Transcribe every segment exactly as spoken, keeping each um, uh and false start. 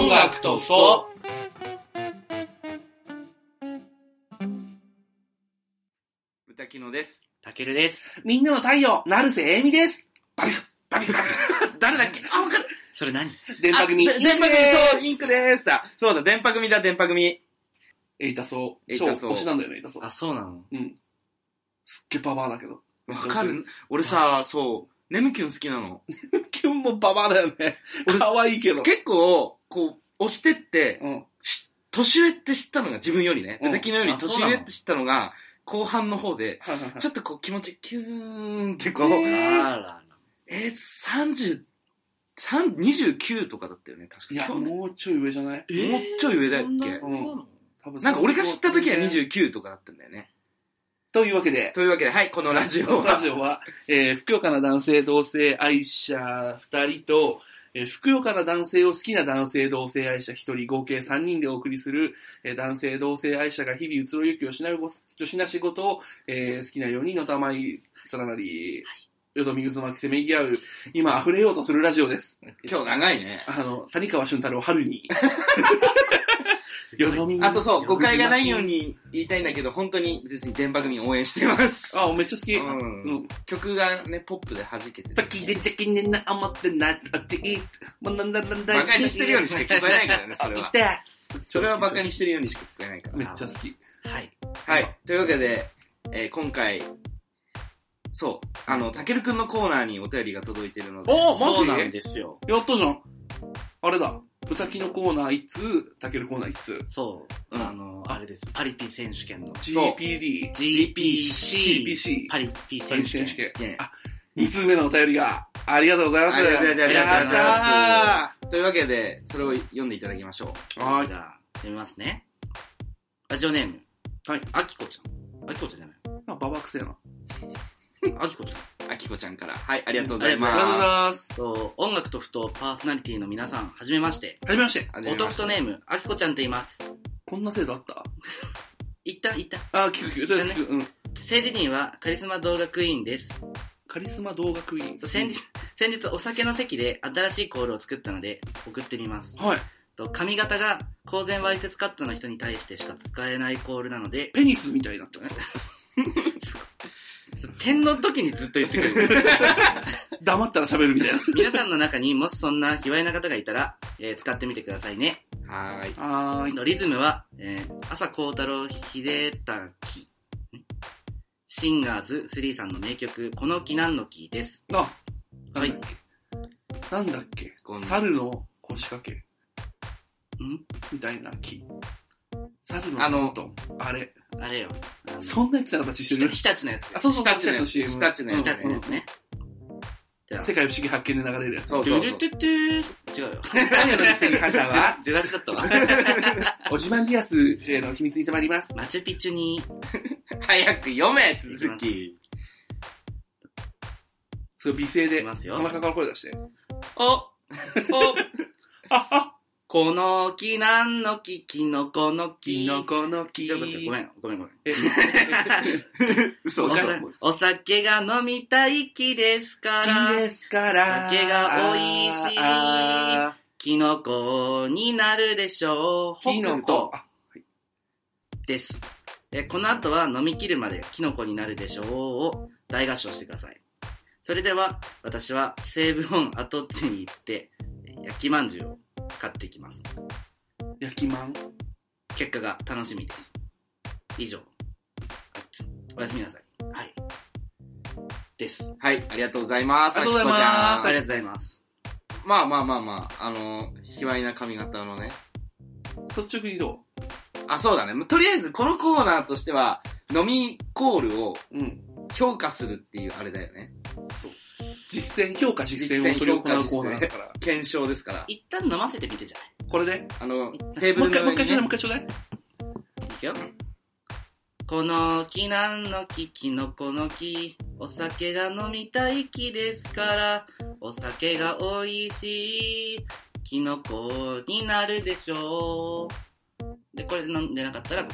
音楽とふと。 歌木野です。 たけるです。 みんなの太陽、成瀬えみです。バビュバビュバビュ誰だっけ？あ、わかる。 それ何？ 電波組。 電波組、そう、インクです。そうだ、電波組だ、電波組。 えいたそう。 えいたそう。 超推しなんだよね、えいたそう。 あ、そうなの？ うん。すっげババアだけど。 わかる？俺さ、そう、ネムキュン好きなの。 キュンもババアだよね。可愛いけど。 結構、こう、推してって、 うん、 年上って知ったのが自分よりね、 うん、 歌木野より年上って知ったのが、後半の方で、ちょっとこう気持ちキューンってこう、 あらら。 えー、さんじゅう、にじゅうきゅうとかだったよね、確かに。 いや、もうちょい上じゃない？ えー、もうちょい上だっけ？ うん。 多分なんか俺が知った時はにじゅうきゅうとかだったんだよね。 というわけで。 というわけで、はい、このラジオは。 このラジオは、えー、ふくよかな男性同性愛者ふたりと、えー、ふくよかな男性を好きな男性同性愛者ひとり、合計さんにんでお送りする、えー、男性同性愛者が日々移ろゆきをしない女子な仕事を、えー、好きなよにんのたまい連なり、よどみ渦巻きせめぎ合う、今溢れようとするラジオです。 今日長いね。 あの、谷川俊太郎春に。よどみあとそう、誤解がないように言いたいんだけど、本当に別に電波組応援してます。 あ、めっちゃ好き。 うんうん、 曲がね、ポップで弾けて、ね。 パキでちゃきねな思ってなっちい。もうなんだなんだ。 バカにしてるようにしか聞こえないからね、それは。それはバカにしてるようにしか聞こえないから。 めっちゃ好き。 はい。 はい。というわけで、えー、今回、そう、あの、たけるくんのコーナーにお便りが届いてるので。 おー、マジ？ そうなんですよ。 やったじゃん。あれだ。歌木のコーナーいつ、たけるコーナーいつ。 そう。うん、あの、あれです。パリピ選手権の。 ジーピーディー。 ジーピーシー。 ジーピーシー。 パリピ選手権。 あ、に通目のお便りが、ありがとうございます。 ありがとうございます。 やったー。 というわけで、それを読んでいただきましょう。はい。じゃあ、読みますね。ラジオネーム。 はい。 あきこちゃん。あきこちゃんじゃない。 あ、ババアくせえな。 あきこちゃん。 あきこちゃんから。はい、ありがとうございます。 ありがとうございます。 そう、音楽とふとパーソナリティの皆さん、はじめまして。 はじめまして。 おとふとネーム、あきこちゃんと言います。 こんな制度あった？ 言った言った。 あ、聞く聞く。とりあえず聞く。うん。 生理人はカリスマ動画クイーンです。 カリスマ動画クイーン。 先日、先日お酒の席で新しいコールを作ったので送ってみます。 はい。 と髪型が公然わいせつカットの人に対してしか使えないコールなので、 ペニスみたいになったね。 点の時にずっと言ってくる。 黙ったら喋るみたいな。 皆さんの中にもしそんな卑猥な方がいたら、えー、使ってみてくださいね。 はーい。 はーい。 リズムは、えー、朝幸太郎秀滝、シンガーズスリーさんの名曲、この木なんの木です。 あ、 はい。 なんだっけ、猿の腰掛け。 んみたいな木。猿のあと、あれ。 あれよ。 そんなやつな形してる？ 日立のやつ。 あ、そうそう、 日立のやつ。 日立のやつ。日立のやつね。 世界不思議発見で流れるやつ。 そうそうそう。 違うよ。 今夜のミステリーハンターはずらしだったわ。 オジマンディアスの秘密に迫ります。 マチュピチュに。 早く読め、続き。 そう、美声で。 お腹から声出して。 おおああこの木なんの木、キノコの木。 キノコの木。 ごめん、ごめん、ごめん。 え嘘じゃお酒が飲みたい木ですから。 木ですから。 酒が美味しい。キノコになるでしょう。 キノコ。 です。え、この後は飲み切るまでキノコになるでしょうを大合唱してください。それでは、私は西武本跡地に行って、焼きまんじゅうを買ってきます。 焼きまん？ 結果が楽しみです。以上。おやすみなさい。はい。です。 はい、ありがとうございます。 ありがとうございます。 ありがとうございます。 まあまあまあまあ、あの、卑猥な髪型のね。 率直にどう？ あ、そうだね。とりあえず、このコーナーとしては、飲みコールを評価するっていうあれだよね。 そう。実践、評価実践を取り行うコーナーだから。 検証ですから。 一旦飲ませてみてじゃない。 これであの、テーブルの上に、ね。 もう一回ちょうだい、もう一回ちょうだい。 いくよ。この木なんの木、キノコの木、お酒が飲みたい木ですから、お酒が美味しい、キノコになるでしょう。で、これで飲んでなかったら、ここから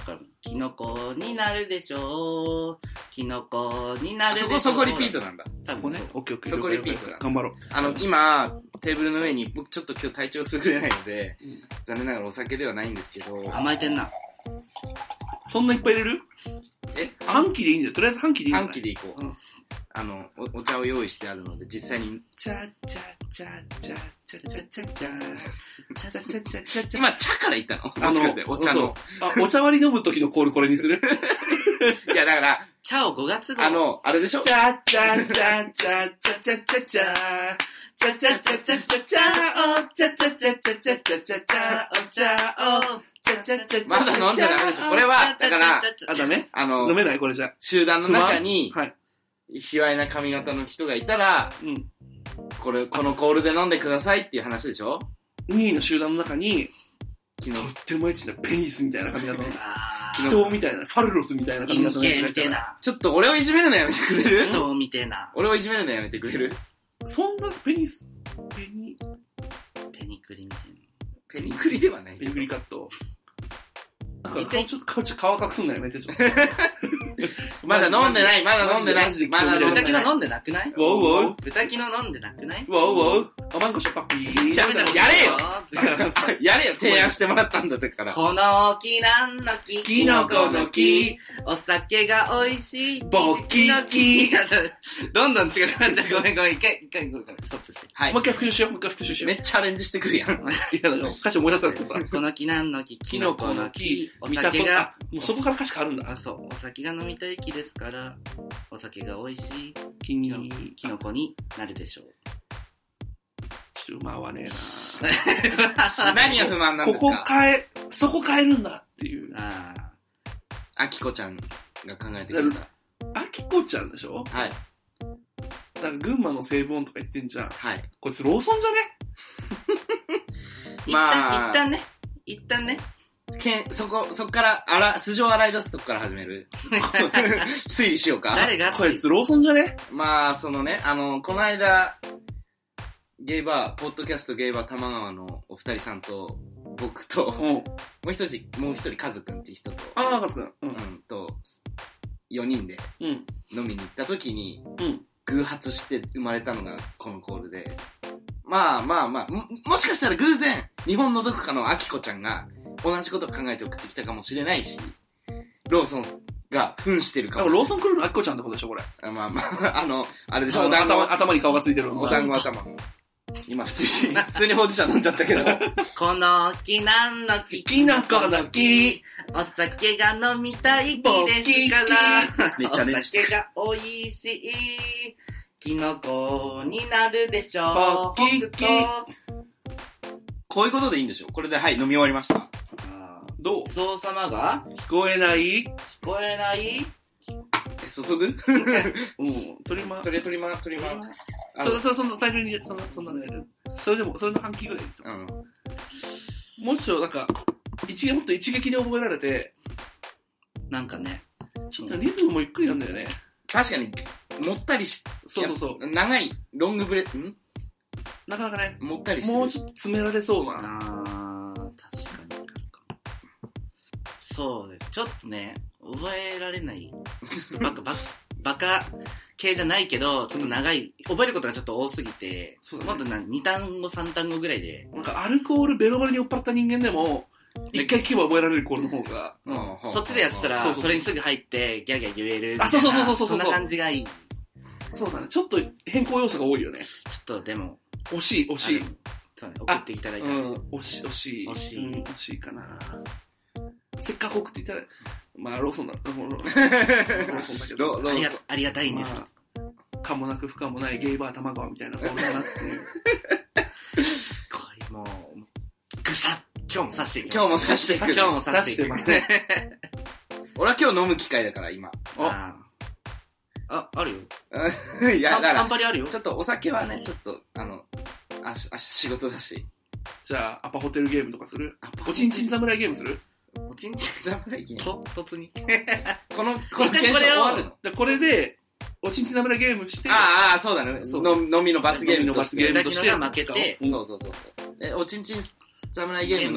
キノコになるでしょう。キノコになるでしょう。 そこそこリピートなんだ。 多分ね。オッケーオッケー。 そこリピートだ。 頑張ろう。 あの、今、テーブルの上に、僕ちょっと今日体調優れないので、うん、残念ながらお酒ではないんですけど。 甘えてんな。 そんないっぱい入れる？え、半期でいいんだよ。とりあえず半期でいいんだよ。 半期でいこう。うん、あのお、お茶を用意してあるので、実際に。 チャチャチャチャチャチャチャチャチャチャチャチャチャチャチャ。 今、茶から言ったの？ あの、お茶の。あ、お茶割り飲む時のコールこれにする？ いや、だから、 茶をごがつ号。 あの、あれでしょ？ チャチャチャチャチャチャチャチャチャチャチャチャチャチャチャおチャチャチャチャチャチャチャチャお茶を。 まだ飲んじゃダメでしょ。これは、だから、 あ、ダメ？ あの、 飲めないこれじゃ。 集団の中に、 はい。 卑猥な髪型の人がいたら、うん。これ、このコールで飲んでくださいっていう話でしょ？ にいの集団の中に、とってもエッチなペニスみたいな髪型の、人みたいな、ファルロスみたいな髪型のやつがいたら。 ちょっと俺をいじめるのやめてくれる？ 人みてえな。 俺をいじめるのやめてくれる？ そんなペニス、ペニ、 ペニクリみたいな。 ペニクリではない。 ペニクリカット。なんか顔ちょっと顔ちょっと顔隠すんだよやめてちょっと。 まだ飲んでない、まだ飲んでない。 まだ豚キノ飲んでなくない？ ウォウォウ。 豚キノ飲んでなくない？ ウォウウォウ。おまんこしょパピー。 やめてやれよやれよ提案してもらったんだから。 この木なんの木。 キノコの木。 お酒が美味しい。 ボキキ。 どんどん違くなっちゃう。ごめんごめん。一回、一回、ごめん。ストップして。 はい。 もう一回復習しよう。もう一回復習しよう。 めっちゃアレンジしてくるやん。いや、だから歌詞思い出さなくてさ。 この木なんの木。 キノコの木。お酒が、もうそこから歌詞変わるんだ。 あ、そう。お酒が飲みたい木ですから、お酒が美味しいキノコになるでしょう。 ちょっとうまわねえな。何が不満なんですか？ ここ変え、そこ変えるんだっていう。 ああ。あきこちゃんが考えてくれた。 あきこちゃんでしょ？ はい。 なんか群馬の西武音とか言ってんじゃん。 はい。 こいつローソンじゃね？ まあ、一旦ね。一旦ね。 けん、そこ、そこから、あら、素性洗い出すとこから始める。推理しようか。 誰がこいつローソンじゃね？ まあ、そのね、あの、この間、ゲイバー、ポッドキャストゲイバー玉川のお二人さんと、僕と、うん、もう一人、もう一人、カズくんっていう人と、 ああ、カズくん。 うん。うん、と、よにんで、飲みに行った時に、うん、偶発して生まれたのがこのコールで、まあまあまあ、も、もしかしたら偶然、日本のどこかのアキコちゃんが、同じことを考えて送ってきたかもしれないし、ローソンが扮してるかもしれない。 ローソン来るのアキコちゃんってことでしょ、これ。 まあまあ、あの、あれでしょ、 お団子頭、頭に顔がついてる。 お団子頭。今普通に、普通にほうじ茶飲んじゃったけど。 この木なんの木。 キノコの木。 お酒が飲みたい木ですから。 めっちゃね。 お酒が美味しい。キノコになるでしょう。 ボキキ。 こういうことでいいんでしょう？これで、はい、飲み終わりました。 どう？ そうさまが聞こえない？ 聞こえない？ え、注ぐ？うん。 取りま、 取り、取りま、取りま。 そ、そ、そのタイミングに、そんな、そんなね。それでも、それの半期ぐらい。うん。もうちょっとなんか、一撃、もっと一撃で覚えられて、 なんかね、 ちょっとリズムもゆっくりなんだよね。 確かに、もったりし、 そうそうそう。 長い、ロングブレ、んなかなかね、 もったりしてる。 もうちょっと詰められそうな。 あー、確かに。そうです。ちょっとね、覚えられない。バカ、バカ、バカ系じゃないけど、ちょっと長い、うん、覚えることがちょっと多すぎて、そうだね、もっとなに単語さん単語ぐらいで。 なんかアルコールベロベロに酔っ払った人間でも、一回聞けば覚えられるコールの方が。 うん、そっちでやってたら、そうそうそう、それにすぐ入って、ギャーギャー言えるみたいな。 あ、そうそうそうそうそう。 そんな感じがいい。 そうだね。ちょっと変更要素が多いよね。 ちょっとでも。 惜しい、惜しい。 そうね、送っていただいた。うん、 惜しい、惜しい。 惜しい。うん、 惜しいかな。せっかく送っていただいた。まあ、ローソンだ。ローソンだけど。 ありが、ありがたいんです、 まあ。かもなく不可もないゲイバー玉川みたいなコールだなっていう。 すごい、もう、ぐさっ。今日も刺していく。 今日も刺していく。 今日も刺していく。 ません。 俺は今日飲む機会だから、今。 ああ、あるよ。いや、だから。 カンパリあるよ。 ちょっとお酒はね、ちょっと、あの、あし、あし、仕事だし。 じゃあ、アパホテルゲームとかする？おちんちん侍ゲームする？ おちんちん侍ゲームと、突に。 この、この検証終わるの？ これで、おちんちん侍ゲームして。 ああ、そうだね。飲みの罰ゲームの罰ゲームとして。 負けて。 そうそうそう。え、おちんちん侍ゲームの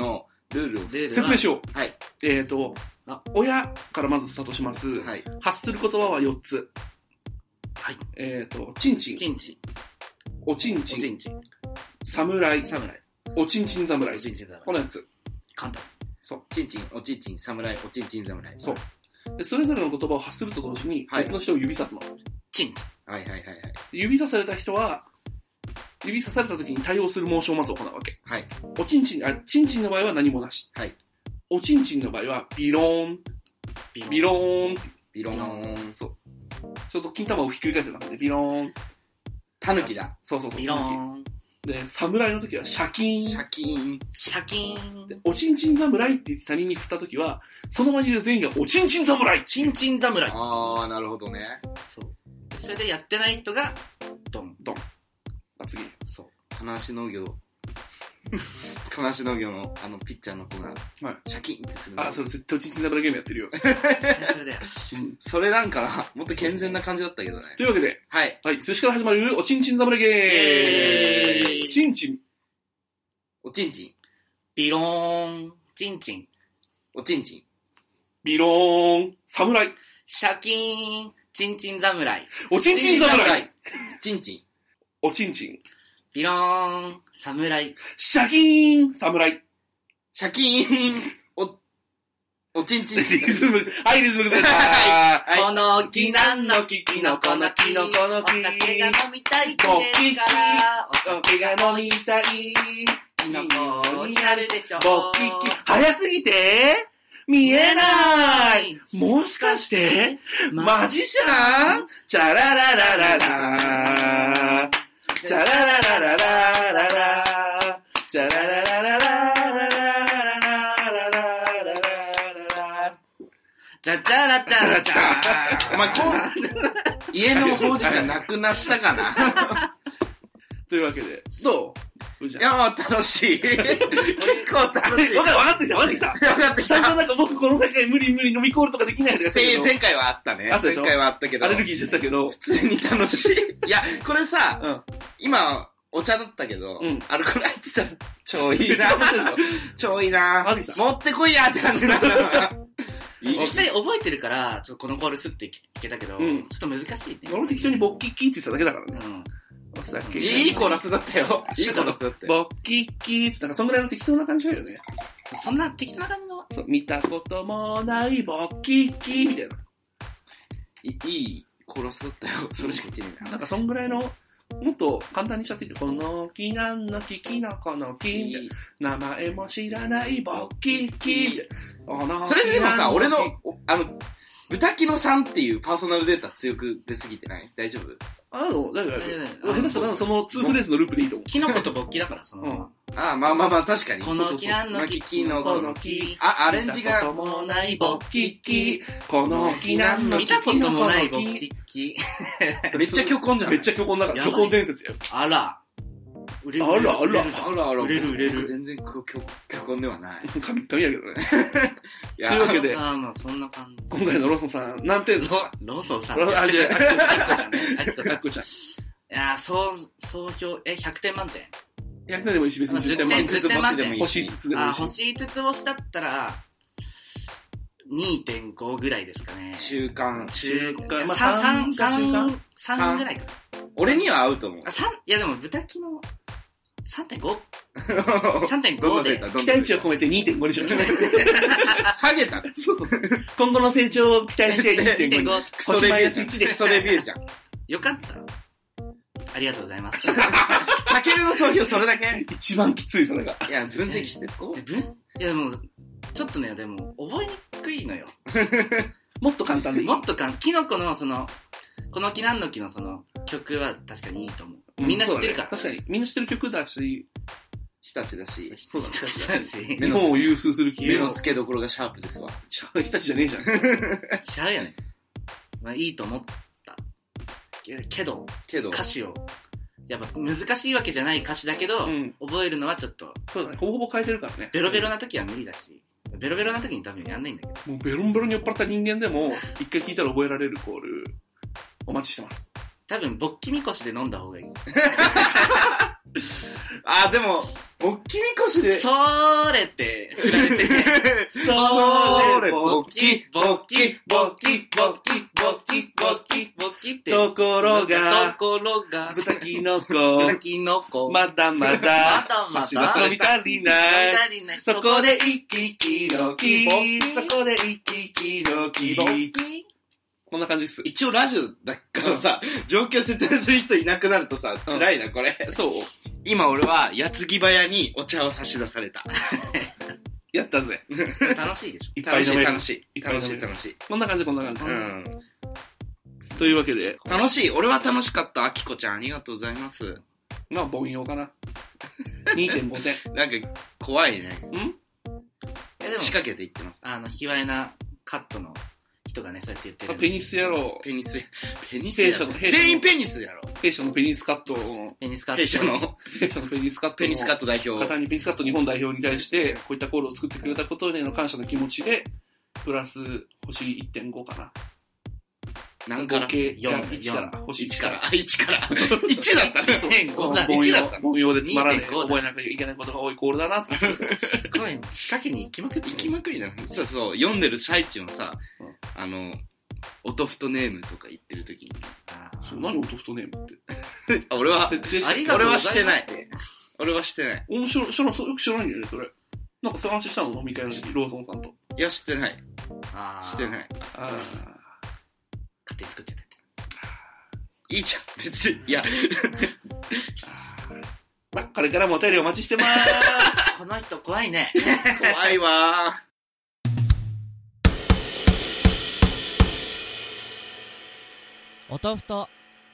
ルールを。 ルールは説明しよう。はい。 えっと、親からまずスタートします。 はい。 発する言葉はよっつ。 はい。 えっと、ちんちん。 ちんちん。 おちんちん。 おちんちん。 侍。 侍。 おちんちん侍。 おちんちん侍。 このやつ。 簡単。 そう。 ちんちん、おちんちん、侍、おちんちん侍。 そう。でそれぞれの言葉を発すると同時に、別の人を指さすの。 ちん。 はいはいはいはい。 指さされた人は、指さされた時に対応するモーションをまず行うわけ。 はい。 おちんちん、あ、ちんちんの場合は何もなし。 はい。 おちんちんの場合は、ビローン。ビローン。 ビローン。 そう。ちょっと金玉をひっくり返すような感じで、ビローン。 タヌキだ。 そうそうそう。 ビローン。 で、侍の時は、シャキーン。 シャキーン。 シャキーン。 で、おちんちん侍って言って他人に振った時は、その場にいる全員がおちんちん侍ちんちん侍。 あー、なるほどね。 そう。それでやってない人が、ドン。 ドン。あ、次。 そう。 金足農業。金足農業のあのピッチャーの子が、 はい。 シャキンってする。 あ、それ絶対おちんちん侍ゲームやってるよ。 それだよ。 うん。 それなんかな、もっと健全な感じだったけどね。 というわけで、 はい。 はい、寿司から始まるおちんちん侍ゲーム。 イェーイちんちん。 おちんちん。 ビローン。ちんちん。 おちんちん。 ビローン。侍。 シャキーン。ちんちん侍。 おちんちん侍。 ちんちん。 おちんちん。 ビローン。侍。 シャキーン。侍。 シャキーン。お、おちんちん。 リズム、はい、リズム崩れた。 はいこの木なんの木、 キノコのキノコの木。 お酒が飲みたい木ごでききすから。 お酒が飲みたい。 キノコになるでしょう。 ごきき。早すぎて見えないもしかしてマジシャンチャラララララチャラララララララチャララララララララチャチャラチャラチャお前、こう、家のほうじ茶なくなったかなというわけで、どういや、もう楽しい。結構楽しい。 わか分かってきた、分かってきた。 分かってきた。 なんか僕この世界無理無理飲みコールとかできないとか前前回はあったね。 あったでしょ前回はあったけど。 アレルギーでしたけど。 普通に楽しい。いや、これさ、 うん、 今、お茶だったけど、うん、アルコール入ってたら超いいな。超いいな。持ってこいやって感じだった。 実際覚えてるから、ちょっとこのコールスっていけたけど、うん、ちょっと難しいね。 俺適当にボッキッキーって言ってただけだからね。うんお酒いいコーラスだったよ。いいコーラスだったよ。 ボッキッキーってなんかそんぐらいの適当な感じだよね。 そんな適当な感じのそう、見たこともないボッキッキーみたいな。 いいコーラスだったよ。それしか言ってないな。 なんかそんぐらいの、もっと簡単にしちゃっていいこの木なんの木、キノコの木みたいな。名前も知らないボッキッキーみたいな。 それでもさ、俺の、あの、豚キノさんっていうパーソナルデータ強く出すぎてない大丈夫あの、だから、下手したらそのツーフレーズのループでいいと思う。 キノコとボッキだから、その。うん、 ああ、まあまあまあ、確かに。 この木なんの木、 キノコの木。あ、アレンジが。 見たこともないボッキッキ。この木なんの木、 見たこともないボッキッキ。 めっちゃ虚婚じゃん。 めっちゃ虚婚だから、虚婚伝説や。 あら。 売れる。あらあら。 あらあら。 売れる売れる。 全然虚婚ではない。 神、神やけどね。というわけで、 あまあそんな感じ。 今回のローソンさん、何点ですか？ ローソンさん。 ローソン、あ、じゃあ、 あっこちゃん。いや、そう、総評、え、ひゃくてん満点 ? ひゃくてんでもいいし、別にじゅってん満点。 じゅってん満点。 星いつつでもいいし。 星いつつ星だったら、にてんご ぐらいですかね。 中間。 中間。 まあ、さん、さん、さんぐらいかな。 俺には合うと思う。 あ、さん、いやでも豚キノ、さんてんご? さんてんご で。 期待値を込めて にてんご にしよう。 下げた。 そうそうそう。今後の成長を期待して にてんご。星マイナスいちです。 クソレビューじゃん。 よかった。ありがとうございます。 かけるの総評それだけ一番きつい、それが。 いや、分析してこう。 いやでも、ちょっとね、でも、覚えにくいのよ。 もっと簡単でいい。 もっと簡単。キノコのその、この木なんの木のその曲は確かにいいと思う。みんな知ってるから。 確かに。みんな知ってる曲だし、 日立だし。 そうだ、 日立だし。 日本を有数する目の付けどころがシャープですわ。 ちゃう、日立じゃねえじゃん。 ちゃうよね。まあいいと思った。けど、 けど、 歌詞を、やっぱ難しいわけじゃない歌詞だけど、うん、覚えるのはちょっと。 そうだね、ほぼほぼ変えてるからね。 ベロベロな時は無理だし、ベロベロな時に多分やんないんだけど。 もうベロンベロに酔っ払った人間でも、一回聞いたら覚えられるコール、お待ちしてます。 多分、ぼっきみこしで飲んだ方がいい。 あ、でも、 ボッキみこしで。 そーれって振られてね。 そーれ、ボッキ、ボッキ、 ボッキ、ボッキ、ボッキ、ボッキ、 ボッキって。 ところが、 ところが、 豚キノコ、 豚キノコ、 まだまだ、 まだまだ、 飲み足りない。そこで一気キノキ、そこで一気キノキ。こんな感じです。 一応ラジオだからさ、状況説明する人いなくなるとさ、辛いな、これ。 そう今俺は、矢継ぎ早にお茶を差し出された。 やったぜ。 楽しいでしょ。 いっぱい飲める。 楽しい、楽しい、楽しい。 こんな感じ、こんな感じ。 うん。 というわけで。 楽しい。俺は楽しかった。あきこちゃん、ありがとうございます。 まあ、凡庸かな。にてんごてん。 なんか、怖いね。んえ、でも、 仕掛けていってます。 あの、卑猥なカットの人がね、そうやって言ってる。 ペニス野郎。 ペニス、ペニスやろ。全員ペニスやろ。 弊社のペニスカットの、 ペニスカット。 弊社の、 弊社のペニスカット。 ペニスカット代表。 方にペニスカット日本代表に対して、こういったコールを作ってくれたことへの感謝の気持ちで、プラス、星 いってんご かな。 何から？ 合計いちから。 星いちから。あ、いちから。いちだったね。 ごだ。 いちだった。凡庸でつまらない。覚えなきゃいけないことが多いコールだなって。 すごい。仕掛けに行きまくって行きまくりだな。そうそう。読んでる最中のさ、あの、おとふとネームとか言ってる時に。 そう、何おとふとネームって。 俺は、俺はしてない。俺はしてない。 面白い、知らない、よく知らないんだよね、それ。なんかそう話したの飲み会の時、ローソンさんと。 いや、してない。 ああ。 してない。 ああ。 勝手に作っちゃった。 いいじゃん、別に。いや。 まあ、これからもお便りお待ちしてまーす。 この人怖いね。 怖いわー。 おとふと。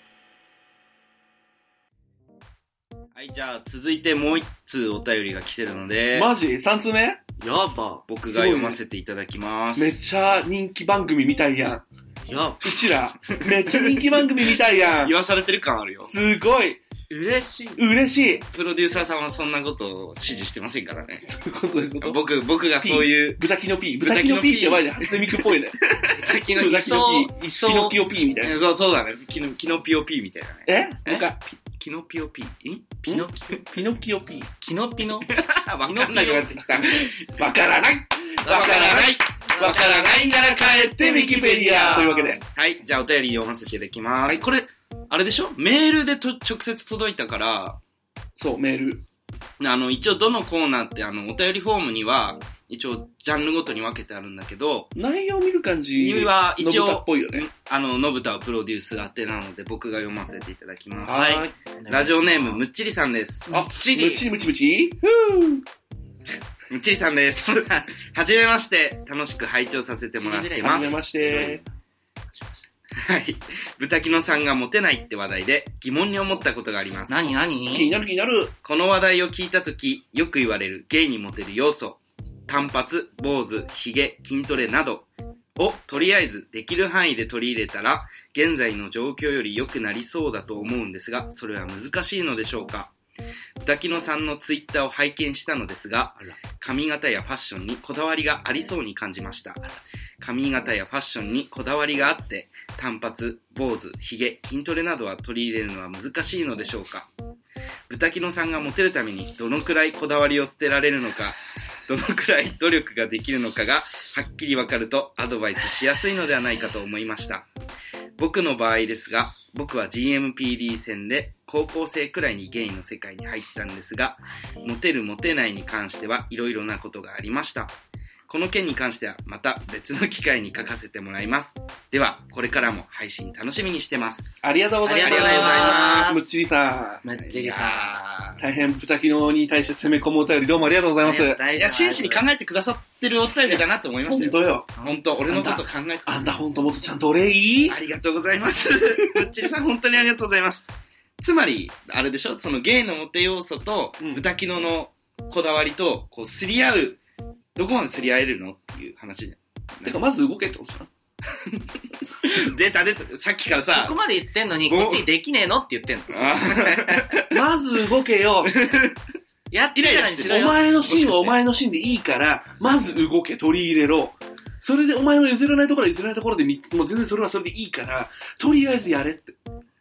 はい、じゃあ続いてもう一通お便りが来てるので。 マジ ?さん 通目やば。 僕が読ませていただきます。 めっちゃ人気番組みたいやん。 やうちら、めっちゃ人気番組みたいやん。 言わされてる感あるよ。 すごい。 嬉しい。 嬉しい。 プロデューサーさんはそんなことを指示してませんからね。 どういうことどういうこと僕、僕がそういう。 豚キノピー。豚キノピーって前で初音ミクっぽいね。 豚キノピー。 キノピオピーみたいな。 そう、そうだね。キノ、キノピオピーみたいなね。えなんか、 キノピオピー。んピノキオピノキオピー。 キノピノわかんなくなってきた。 わからないわからないわからないなら帰ってウィキペディアというわけで。 はい、じゃあお便り読ませていただきます。はい、これ、あれでしょメールでと直接届いたから、 そう、メール。 あの、一応どのコーナーって、あの、お便りフォームには、一応、ジャンルごとに分けてあるんだけど、 内容を見る感じには、一応、 のぶたっぽいよね。 あの、のぶたをプロデュース宛てなので、僕が読ませていただきます。 はい。 ラジオネーム、むっちりさんです。 あ、むっちり。むっちりむちむちふー。 むっちりさんです。はじめまして、楽しく拝聴させてもらってます。 はじめまして。 はい。豚キノさんがモテないって話題で疑問に思ったことがあります。 何何気になる気になる。 この話題を聞いたとき、よく言われるゲイにモテる要素、短髪、坊主、髭、筋トレなどをとりあえずできる範囲で取り入れたら、現在の状況より良くなりそうだと思うんですが、それは難しいのでしょうか。豚キノさんのツイッターを拝見したのですが、髪型やファッションにこだわりがありそうに感じました。髪型やファッションにこだわりがあって、短髪、坊主、髭、筋トレなどは取り入れるのは難しいのでしょうか。豚キノさんがモテるためにどのくらいこだわりを捨てられるのか、どのくらい努力ができるのかがはっきりわかるとアドバイスしやすいのではないかと思いました。僕の場合ですが、僕は ジーエムピーディー 戦で高校生くらいにゲイの世界に入ったんですが、モテるモテないに関してはいろいろなことがありました。この件に関してはまた別の機会に書かせてもらいます。では、これからも配信楽しみにしてます。 ありがとうございます。 ありがとうございます。 むっちりさん。むっちりさん。大変豚キノに対して攻め込むお便りどうもありがとうございます。 いや、真摯に考えてくださってるお便りだなと思いましたよ。 本当よ。 本当、俺のこと考えて。 あんた本当もっとちゃんとお礼いい？ ありがとうございます。むっちりさん本当にありがとうございます。つまり、あれでしょそのゲイのモテ要素と、豚キノのこだわりと、こう、すり合う、どこまで釣り合えるのっていう話じゃん。 てか、まず動けってことじゃん。出た出た。さっきからさ。 そこまで言ってんのに、こっちにできねえのって言ってんの。まず動けよ。 やってないしろよ。 お前のシーンはお前のシーンでいいから、まず動け、取り入れろ。それでお前の譲らないところは譲らないところで、もう全然それはそれでいいから、とりあえずやれって。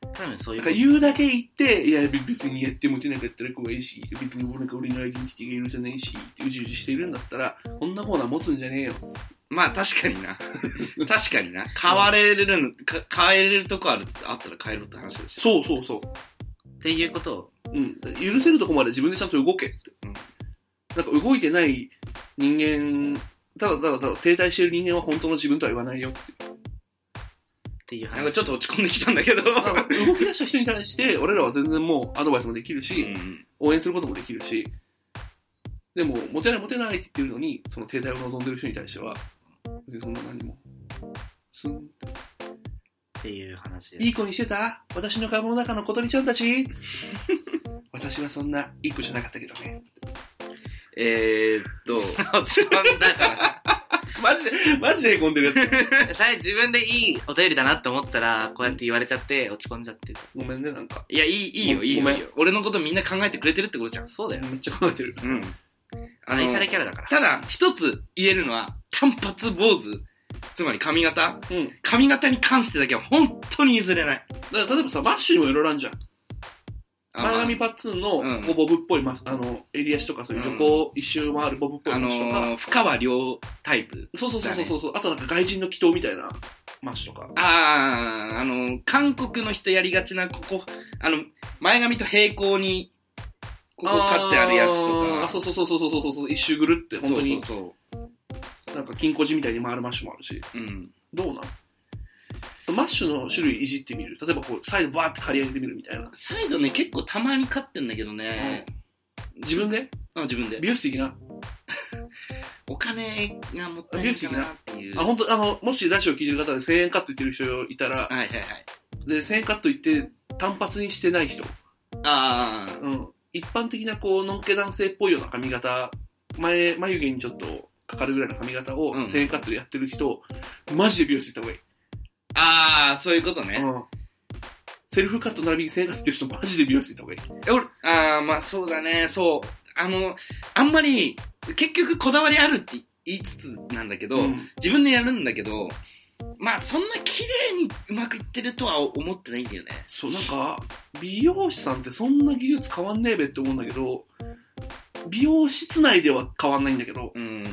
多分そういう。 なんか言うだけ言って、いや、別にやってもてなかったら怖いし、別になんか俺のアイデンティティが許せないし、ってうじうじしてるんだったら、こんなコーナー持つんじゃねえよ。 まあ確かにな。確かにな。変われるの、か変えれるとこある、あったら変えろって話ですよ。そうそうそう。 っていうことを。 うん。許せるとこまで自分でちゃんと動けって。うん。なんか動いてない人間、ただただただ停滞してる人間は本当の自分とは言わないよって。 っていう話。なんかちょっと落ち込んできたんだけど。 動き出した人に対して、俺らは全然もうアドバイスもできるし、うん、応援することもできるし、でも、モテないモテないって言ってるのに、その停滞を望んでる人に対しては、別にそんな何も、スンっていう話で。 いい子にしてた？私の顔の中の小鳥ちゃんたち私はそんないい子じゃなかったけどね。 えーっと、 落ち込んだから。 マジで、マジで凹んでるやつ。さ自分でいいお便りだなって思ったら、こうやって言われちゃって落ち込んじゃって。 ごめんね、なんか。 いや、いい、いいよ、いいよ。ごめん。俺のことみんな考えてくれてるってことじゃん。 そうだよ。 めっちゃ考えてる。 うん。 愛されキャラだから。 ただ、一つ言えるのは、単発坊主。つまり髪型、うん、髪型に関してだけは本当に譲れない。 だから例えばさ、マッシュにもいろいろあるじゃん。前髪パッツンの、うん、ボブっぽい、あの、襟足とかそういう横一周回るボブっぽいマッシュとか。あのー、深川亮タイプ、ね。 そうそうそうそうそう。あとなんか外人の祈祷みたいなマッシュとか。 ああ、あのー、韓国の人やりがちな、ここ、あの、前髪と平行に、ここカッてあるやつとか。 あ、そうそうそうそうそうそう、一周ぐるって本当に。そうそうそう。なんか金庫寺みたいに回るマッシュもあるし。うん。どうなの？マッシュの種類いじってみる。例えばこう、サイドバーって刈り上げてみるみたいな。 サイドね、結構たまに刈ってんだけどね。 うん、自分で？ あ、自分で。 美容室的なお金がもったいないかなっていう。 あ、本当あの、もしラジオ聞いてる方でせんえんカット言ってる人いたら、 はいはいはい。 で、せんえんカット言って単発にしてない人。 ああ。 うん。一般的なこう、のんけ男性っぽいような髪型、前、眉毛にちょっとかかるぐらいの髪型をせんえんカットでやってる人、うん、マジで美容室行った方がいい。 ああ、そういうことね。うん。 セルフカット並びにせんえんカットってる人マジで美容室行った方がいい。 え、俺、ああ、まあそうだね、そう。あの、あんまり、結局こだわりあるって言いつつなんだけど、うん、自分でやるんだけど、まあそんな綺麗にうまくいってるとは思ってないんだよね。 そう、なんか、美容師さんってそんな技術変わんねえべって思うんだけど、美容室内では変わんないんだけど、うん、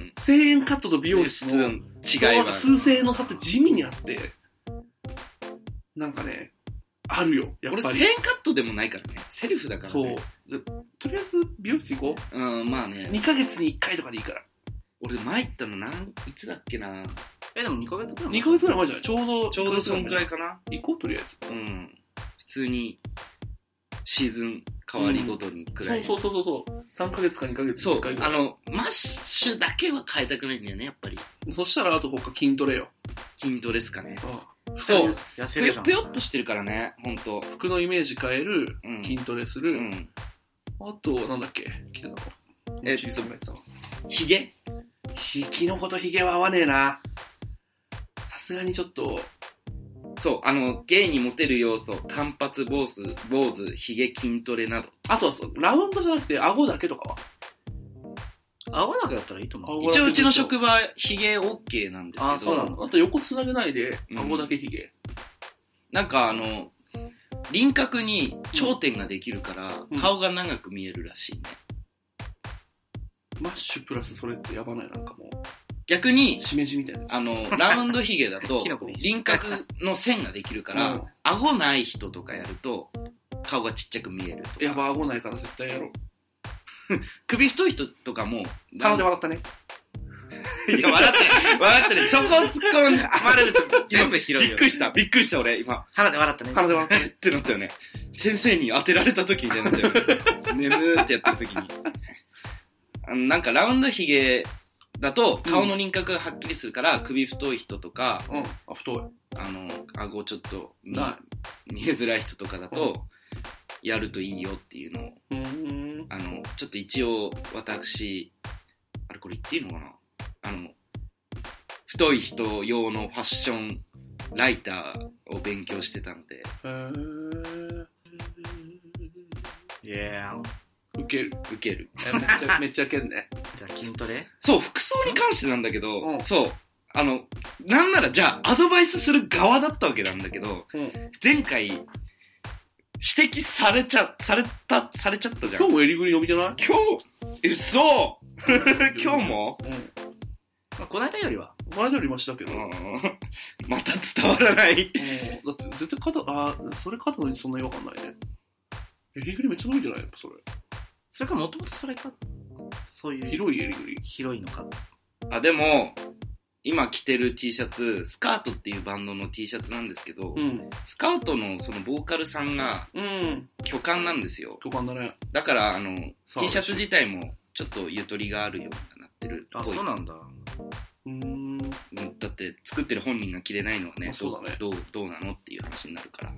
せんえんカットと美容室の違いは数千円の差って地味にあって、なんかね、あるよ、やっぱり。 俺せんえんカットでもないからね。セルフだからね。 そう。とりあえず美容室行こう。うん、まあね。 にかげつにいっかいとかでいいから。 俺前行ったのなん、いつだっけな。 え、でもにかげつくらいにかげつくらい前じゃない？ちょうど。 ちょうどそのくらいかな。 行こう、とりあえず。うん。普通に、シーズン変わりごとにくらい、 うん。そうそうそうそう。さんかげつかにかげつそう。あの、マッシュだけは変えたくないんだよね、やっぱり。 そしたらあと他筋トレよ。 筋トレっすかね。ああそう。痩せるじゃん。ぷよっとしてるからね、ほんと。 服のイメージ変える、うん、筋トレする、うん、あと、なんだっけ来てたのえっと、ヒゲひきのことヒゲは合わねえな。さすがにちょっと。 そう、あの、ゲイにモテる要素、単発、坊主、坊主、ヒゲ、筋トレなど。 あとはそう、ラウンドじゃなくて、顎だけとかは顎だけだったらいいと思う。 一応うちの職場、ヒゲ OK なんですけど。 あ、そうなの。あと横つなげないで、顎だけヒゲ、うん。 なんかあの、輪郭に頂点ができるから、うん、顔が長く見えるらしいね。 マッシュプラスそれってやばない？なんかもう。 逆に、 しめじみたいな。 あの、ラウンドヒゲだと、輪郭の線ができるから、うん、顎ない人とかやると、顔がちっちゃく見えるとか。 やば、顎ないから絶対やろう。 首太い人とかも。 鼻で笑ったね。 いや、笑って、笑ってね。そこを突っ込まれると全部拾うよ。びっくりした、びっくりした俺、今。 鼻で笑ったね。 鼻で笑ったね。 ってなったよね。先生に当てられた時みたいになったよね。眠ーってやってる時に。あの、なんかラウンドヒゲだと顔の輪郭がはっきりするから、うん、首太い人とか、 うん、あ、太い。 あの、顎ちょっと見えづらい人とかだと、うん、やるといいよっていうのを。うん、あの、ちょっと一応私、あれこれ言っていいのかな？あの、太い人用のファッションライターを勉強してたので。へー。 いやー。 ウケる。 ウケる。 めっちゃ、めっちゃウケるね。 じゃあ筋トレ？ そう、服装に関してなんだけど、うん、そう。あの、なんならじゃあアドバイスする側だったわけなんだけど、うん、前回、 指摘されちゃ、された、されちゃったじゃん。 今日も襟ぐり伸びてない？ 今日、嘘今日も、 うん。まあ、この間よりは。 この間よりマシだけど。 うん、また伝わらない。 だって絶対肩、あー、それ肩のにそんな違和感ないね。襟ぐりめっちゃ伸びてないやっぱそれ。 それかもともとそれか、そういう。 広い襟ぐり。 広いのか。 あ、でも、今着てる T シャツ、スカートっていうバンドの T シャツなんですけど、 うん、 スカートのそのボーカルさんが、巨漢なんですよ。 巨漢だね。 だから、あの、T シャツ自体もちょっとゆとりがあるようになってるっぽい。 あ、そうなんだ。 うーん。 だって作ってる本人が着れないのはね、 そうだね。 どう、どうなのっていう話になるから。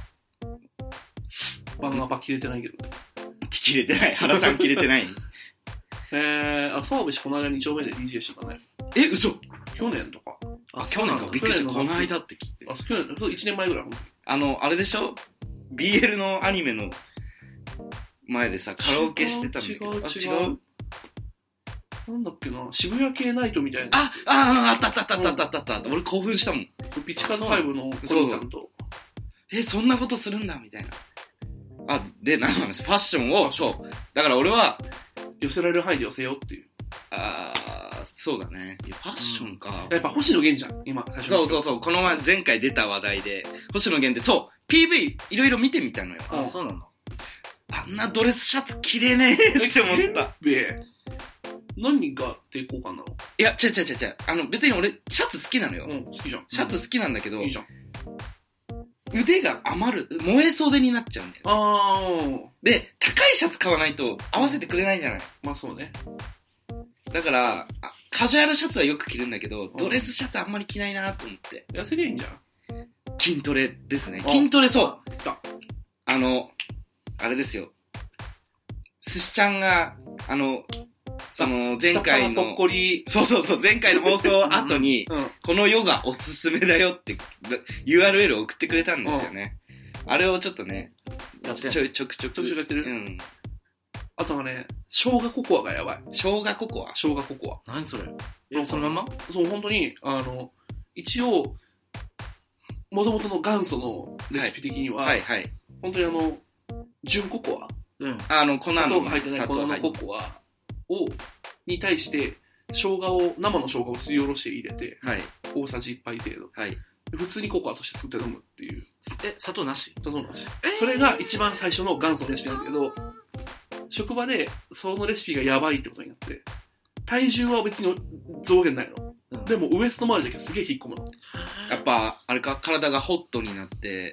バンガパ着れてないけどね。 着れてない。原さん着れてない。 えー、あ、澤部氏この間に丁目で ディージェー してたね。 え、嘘？ 去年とか。 あ、去年か。びっくりした。この間って聞いて。 あ、去年、そう、いちねんまえぐらい。 あの、あれでしょ ?ビーエル のアニメの前でさ、カラオケしてたんだけど。 違う、違う。違うなんだっけな、渋谷系ナイトみたいな。 あ、あ、あったあったあったあったあったあった。俺興奮したもん。 ピチカートファイブのコニタンと。 え、そんなことするんだみたいな。あ、で、何の話？ファッションを、そう。だから俺は、 寄せられる範囲で寄せようっていう。 あー、そうだね。ファッションか。 うん、やっぱ星野源じゃん、今、最初。 そうそうそう。この前、前回出た話題で、星野源って、そう、ピーブイ いろいろ見てみたのよ。 あ、そうなの。 あんなドレスシャツ着れねえって思った。 で、何が抵抗感なの？ いや、違う違う違う違う。あの、別に俺、シャツ好きなのよ。 うん、好きじゃん。 シャツ好きなんだけど、 いいじゃん。 腕が余る、燃え袖になっちゃうんだよ。 あー。 で、高いシャツ買わないと合わせてくれないじゃない。 まあそうね。 だから、あカジュアルシャツはよく着るんだけど、ドレスシャツあんまり着ないなと思って。 痩せりゃいいんじゃん。 筋トレですね。筋トレそう。 あ, あの、あれですよ。寿司ちゃんが、あの、その前回の、 ぽっこりそうそうそう、前回の放送後に、 うん、 このヨガおすすめだよって ユーアールエル を送ってくれたんですよね。うん、あれをちょっとね、ちょちょくちょく。ちょくちょくやってる。 うん。 あとはね、生姜ココアがやばい。 生姜ココア生姜ココア。 何それ？え、そのまま？ そう、本当に、あの、一応、元々の元祖のレシピ的には、 はい、はい、はい。 本当にあの、純ココア。 うん。 あの、粉の。 砂糖が入ってない粉のココアを、に対して、生姜を、生の生姜をすりおろして入れて、 はい。 大さじいっぱい程度。 はい。 普通にココアとして作って飲むっていう。 え、砂糖なし？ 砂糖なし。えー、それが一番最初の元祖のレシピなんだけど、職場でそのレシピがやばいってことになって、体重は別に増減ないの。うん、でもウエスト周りだけすげえ引っ込むの。 やっぱ、あれか、体がホットになって、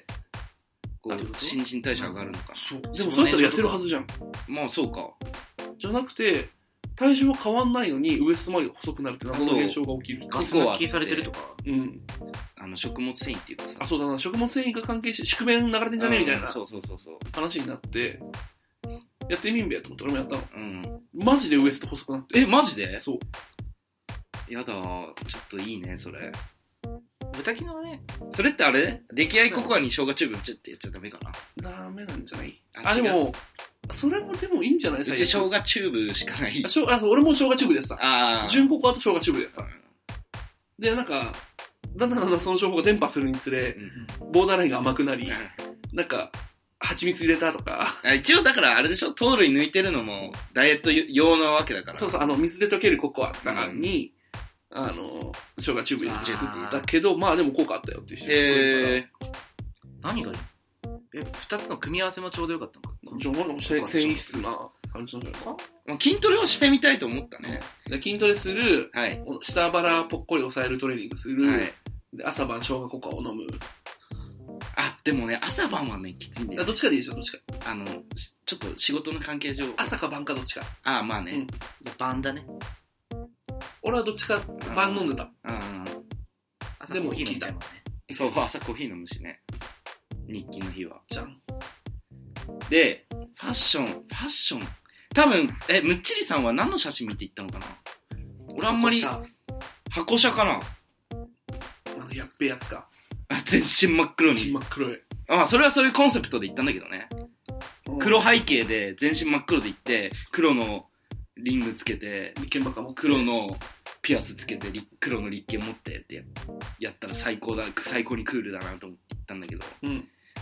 こう、新陳代謝上がるのか。 そう。でもそれだったら痩せるはずじゃん。 まあそうか。 じゃなくて、体重は変わんないのにウエスト周りが細くなるって謎の現象が起きる。 ガス抜きされてるとか。 うん。 あの、食物繊維っていうかさ。 あ、そうだな。食物繊維が関係して、宿便流れてんじゃねえみたいな。 そうそうそうそう。 話になって、やってみんべやと思って俺もやったの。 うん。 マジでウエスト細くなって。 え、マジで？ そう。 やだー。ちょっといいね、それ。 豚キノはね。 それってあれ？出来合いココアに生姜チューブちょっとやっちゃダメかな？ ダメなんじゃない？ あ、 あでも、それもでもいいんじゃない？ うち生姜チューブしかない。 あ、しょあ俺も生姜チューブでさ。 ああ。 純ココアと生姜チューブでさ。で、なんか、だんだんだんだんその情報が伝播するにつれ、うん、ボーダーラインが甘くなり、うん、なんか、蜂蜜入れたとか。 一応だからあれでしょ、糖類抜いてるのもダイエット用のわけだから。 そうそう、あの、水で溶けるココアとかに、うん、あの、生姜チューブ入れて作っていたけど、まあでも効果あったよっていう人へー。 何がいい？え、二つの組み合わせもちょうどよかったのか。 ちょうど繊維質な感じなんじゃないか。 まあ、筋トレはしてみたいと思ったね。 で筋トレする、 はい、 下腹ぽっこり抑えるトレーニングする、はい、で朝晩生姜ココアを飲む。 あ、でもね、朝晩はね、きついんだよ。 どっちかでいいじゃん、どっちか。 あの、ちょっと仕事の関係上。 朝か晩かどっちか。 ああ、まあね。うん、 晩だね。 俺はどっちか晩飲んでた。 うん。 朝コーヒー飲みたいもんね。 そう、朝コーヒー飲むしね。日記の日は。 じゃん。 で、ファッション、ファッション。多分、え、むっちりさんは何の写真見ていったのかな？俺あんまり、箱車かな？ あの、やっべえやつか。 あ、全身真っ黒に。 全身真っ黒い。 あ、まあ、それはそういうコンセプトで行ったんだけどね。黒背景で全身真っ黒で行って、黒のリングつけて、 立憲ばっか持って、 黒のピアスつけて、黒の立憲持ってってやったら最高だ、最高にクールだなと思って行ったんだけど、 うん、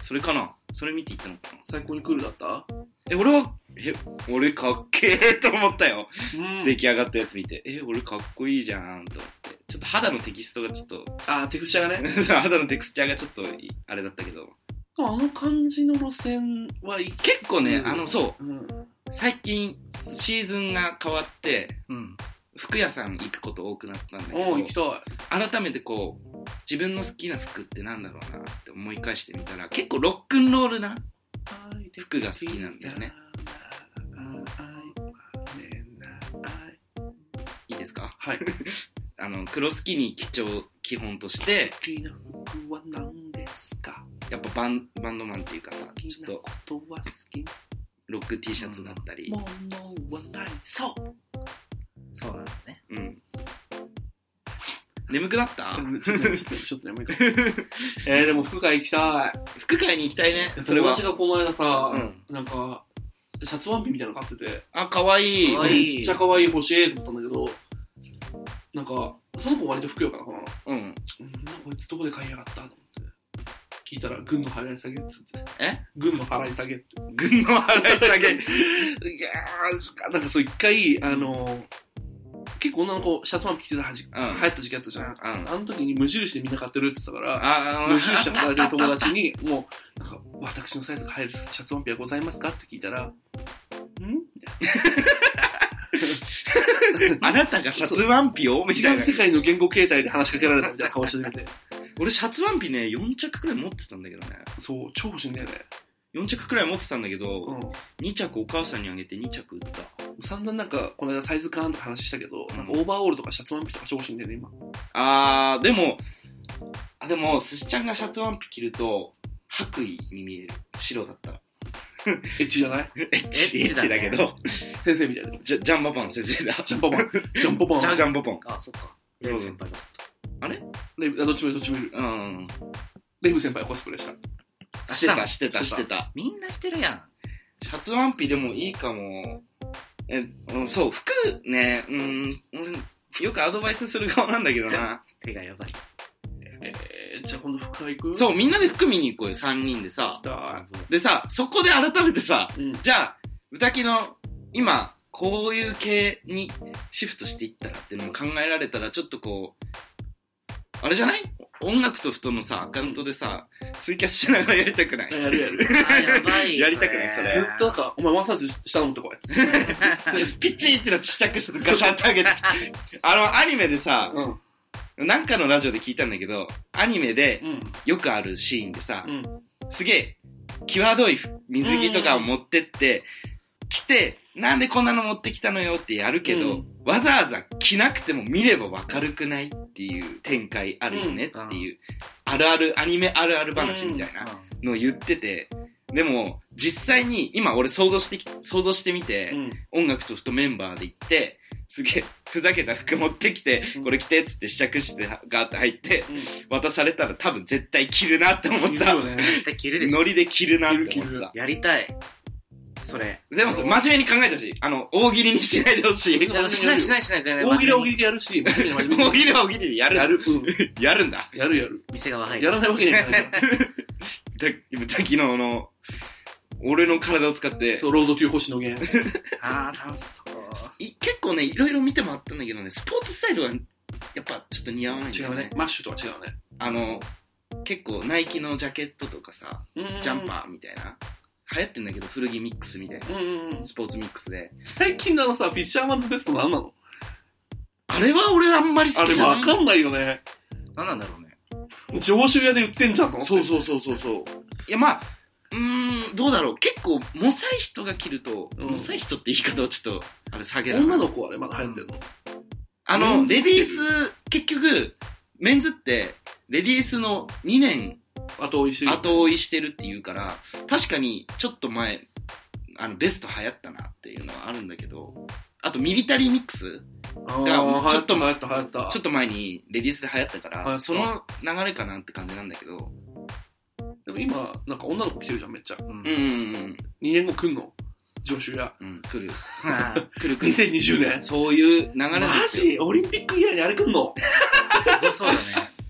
それかな、それ見ていったのかな。 最高にクールだった？ え、俺は、え、俺かっけーと思ったよ。 うん、 出来上がったやつ見て。え、俺かっこいいじゃんと思って。ちょっと肌のテキストがちょっと。 あー、テクスチャーがね。 肌のテクスチャーがちょっと、あれだったけど。 あの感じの路線はい結構ね、あの、そう。 うん、 最近、シーズンが変わって、 うん、 服屋さん行くこと多くなったんだけど。 おー、行きたい。改めてこう、自分の好きな服ってなんだろうなって思い返してみたら、結構ロックンロールな服が好きなんだよね。いいですか？ はい。 あの、黒スキニー基調基本として、 好きな服は何ですか？ やっぱバン、バンドマンっていうかさ、ちょっと、 ことは好き、 ロック T シャツだったり。 ものはない。そう。 そうなんだね。 うん。眠くなった？ ちょっと、ちょっと、ちょっと眠いかえー、でも服買い行きたい。 服買いに行きたいね。それは。 友達がこの間さ、 うん、 なんか、シャツワンピみたいなの買ってて。 あ、かわいい。 かわいい。めっちゃかわいい、欲しいと思ったんだけど、なんか、その子割と服用かな、この。 うん。 こいつどこで買いやがったと思って。聞いたら、軍の払い下げっつって。 え？ 軍の払い下げって。 軍の払い下げ。いやー、なんかそう一回、あのー、結構女の子、シャツワンピ着てたはじ、うん、流行った時期あったじゃん。うん、あの時に無印でみんな買ってるって言ってたから、無印で働いてる友達に、もう、なんか、私のサイズが入るシャツワンピはございますかって聞いたら、んあなたがシャツワンピをみたいな。 違う世界の言語形態で話しかけられたみたいな顔してて。 俺シャツワンピね、よん着くらい持ってたんだけどね。 そう、超欲しいんだよね。 よん着くらい持ってたんだけど、 うん、 に着お母さんにあげてに着売った。 散々なんか、この間サイズ感とか話したけど、うん、なんかオーバーオールとかシャツワンピとか超欲しいんだよね、今。 あー、でも、あ、でも、寿司ちゃんがシャツワンピ着ると、白衣に見える。白だったら。 エッチじゃない？ エッチ、エッチだけど。 先生みたいな。 ジャ、ジャンボポン先生だ。 ジャンボポン。ジャンボポン。 ジャンボポン。 あ、そっか。レイブ先輩だった。 あれレイブ、どっちもいる、どっちもいる。 うん。 レイブ先輩コスプレした。 してた、してた、してた。 みんなしてるやん。 シャツワンピでもいいかも。え、うん、そう、服ね、うん、俺、よくアドバイスする側なんだけどな。 手がやばい。 えー、じゃあ今度服買い行く？ そう、みんなで服見に行こうよ、さんにんでさ。でさ、そこで改めてさ、うん、じゃあ、歌木の、今、こういう系にシフトしていったらっていうのも考えられたら、ちょっとこう、あれじゃない？音楽とふとのさ、アカウントでさ、ツイキャスしながらやりたくない？ やるやる。 あ、やばい。 やりたくないそれ。 ずっとなんか、お前マッサージしたのってこうやって。 ピッチーってなって試着してガシャってあげて。あの、アニメでさ、うん、なんかのラジオで聞いたんだけど、アニメでよくあるシーンでさ、うん、すげえ、際どい水着とかを持ってって、着て、なんでこんなの持ってきたのよってやるけど、うん、わざわざ着なくても見ればわかるくないっていう展開あるよねっていう、うん、あるある、アニメあるある話みたいなのを言ってて、でも、実際に今俺想像してき、想像してみて、うん、音楽とふとメンバーで行って、すげえ、ふざけた服持ってきて、うん、これ着てっつって試着してガーって入って、うん、渡されたら多分絶対着るなって思った。 ね、絶対着るでしょ。 ノリで着るなって思った。 やりたい。それ。 でも、真面目に考えてほしい。あの、大喜利にしないでほしい。 しないしないしない全然。 大喜利は大喜利でやるし、 大喜利は大喜利でやる。 やる。うん、 やるんだ。 やるやる。 店側入る。 やらないわけないじゃないか。 昨日の、俺の体を使って。 そう、ロードトゥー星野源。 あー、楽しそう。 結構ね、いろいろ見てもらったんだけどね、スポーツスタイルは、やっぱちょっと似合わないんだよね。 違うね。マッシュとは違うね。 あの、結構ナイキのジャケットとかさ、ジャンパーみたいな。流行ってんだけど、古着ミックスみたいな。うんうん、スポーツミックスで。 最近のあのさ、フィッシャーマンズベスト何なの？ あれは俺あんまり好きじゃない。 あれわかんないよね。 何なんだろうね。 上州屋で売ってんじゃんと思って。 そうそうそうそうそう。いやまあ、うーん、どうだろう。結構、モサい人が着ると、うん、モサい人って言い方をちょっと、あれ下げられない。 女の子はね、まだ流行ってるの。 あの、レディース、結局、メンズって、レディースのにねん、後追いしてる。後追いしてるって言うから、確かにちょっと前、あの、ベスト流行ったなっていうのはあるんだけど、あとミリタリーミックスが、ちょっと、 流行った流行った。 ちょっと前にレディースで流行ったから、その流れかなって感じなんだけど。 でも今、なんか女の子来てるじゃん、めっちゃ。うん。 うんうんうん。 にねんご来んの上州屋。 うん、来る。来る来る。 にせんにじゅうねん。 そういう流れですよ。 マジオリンピックイヤーにあれ来んの？ すごそうだね。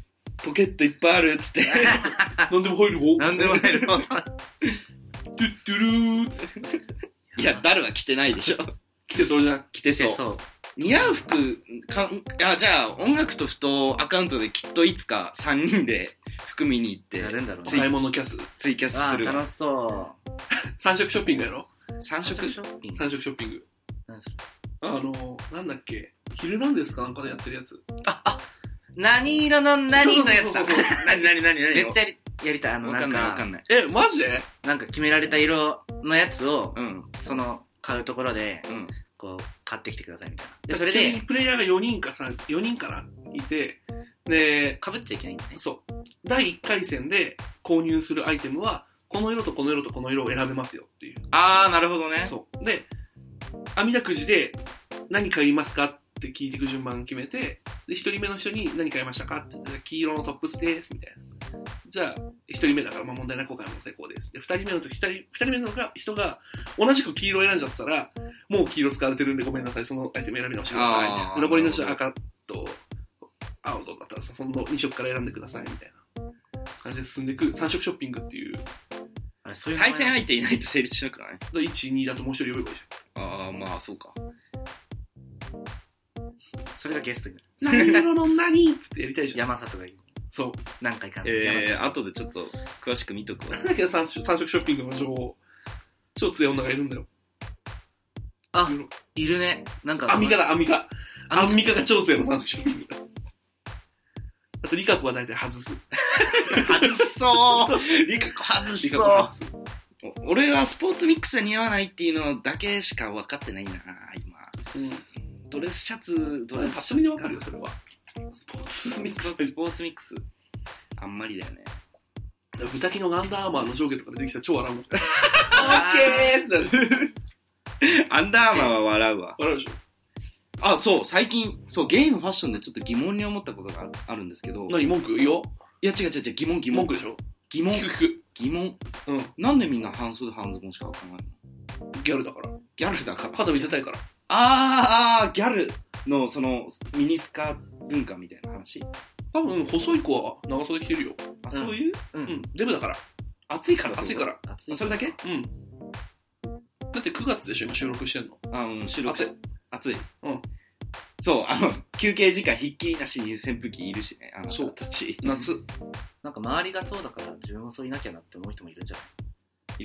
ポケットいっぱいあるっつって。 なんでも入る方なんでも入る方トゥットゥルーって。 いや、ダルは着てないでしょ。 着てそうじゃん。 着てそう。そう似合う服かあ、じゃあ、音楽とふとアカウントできっといつかさんにんで服見に行って、 やるんだろうね。買い物キャスツイキャスする。 あ、楽しそう。 三色ショッピングやろ三色ショッピング三色ショッピング。何それあの、なんだっけヒルナンデスかなんかでやってるやつ。 あ、あ、何色の何のやつだ何何何何めっちゃやり、やりたい。あの、なんか、 わかんない。 え、マジでなんか決められた色のやつを、 うん、 その、買うところで、 うん、 こう、買ってきてくださいみたいな。で、それで、 プレイヤーがよにんかさ、よにんかな、いて、で、 被っちゃいけないんだね。 そう。だいいっかい戦で購入するアイテムは、この色とこの色とこの色を選べますよっていう。 あー、なるほどね。 そう。で、網だくじで、何買いますかって聞いていく順番決めて、で、一人目の人に何買いましたかって言って、黄色のトップスです、みたいな。じゃあ、一人目だから、まあ問題なくお買い物成功です。で、二人目の時、二人、二人目の人が同じく黄色を選んじゃったら、もう黄色使われてるんでごめんなさい、そのアイテム選び直してください、みたいな。残りの人は赤と青とだったら、そのに色から選んでください、みたいな感じで進んでいく三色ショッピングっていう。 あれ、そういう対戦相手いないと成立しなくない？ いち、にだともう一人呼べばいいじゃん。ああ、まあ、そうか。 それがゲストになる。何色の何ってやりたいじゃん。 山里がいい。 そう。 何回か。 えー、後でちょっと詳しく見とくわ。 なんだけど三色ショッピングの情報、超強い女がいるんだよ。 あ、いるね。なんか。 アンミカだ、アンミカ。アンミカが超強いの三色ショッピング。あと、リカコは大体外す。 外しそうリカコ外しそう外す俺はスポーツミックスが似合わないっていうのだけしか分かってないな、今。 うん。 ドレスシャツ、ドレスシャツ。 パッと見で分かるよ、それは。スポーツミックス。 スポーツミックス。あんまりだよね。 豚キのアンダーアーマーの上下とかでできたら超笑うもん。オッケーってなる。 アンダーアーマーは笑うわ。 笑うでしょ。 あ、そう、最近、そう、ゲイのファッションでちょっと疑問に思ったことがあるんですけど。 何、文句いいよ。 いや、違う違う違う、疑問疑問。 文句でしょ。 疑問。 聞く。 疑問。 うん。 なんでみんな半袖半ズボンしかわかんないの？ ギャルだから。 ギャルだから。 肌見せたいから。 あー、あー、ギャルの、その、ミニスカ文化みたいな話？ 多分、細い子は長袖着てるよ。 あ、そういう？ うん。デブだから。 暑いから暑いから。 暑い。それだけ？ うん。だってくがつでしょ、今収録してんの。 あ、うん、収録。 暑い。 暑い。 うん。 そう、あの、休憩時間ひっきりなしに扇風機いるしね、あの人たち。 夏。 なんか周りがそうだから自分もそういなきゃなって思う人もいるんじゃない？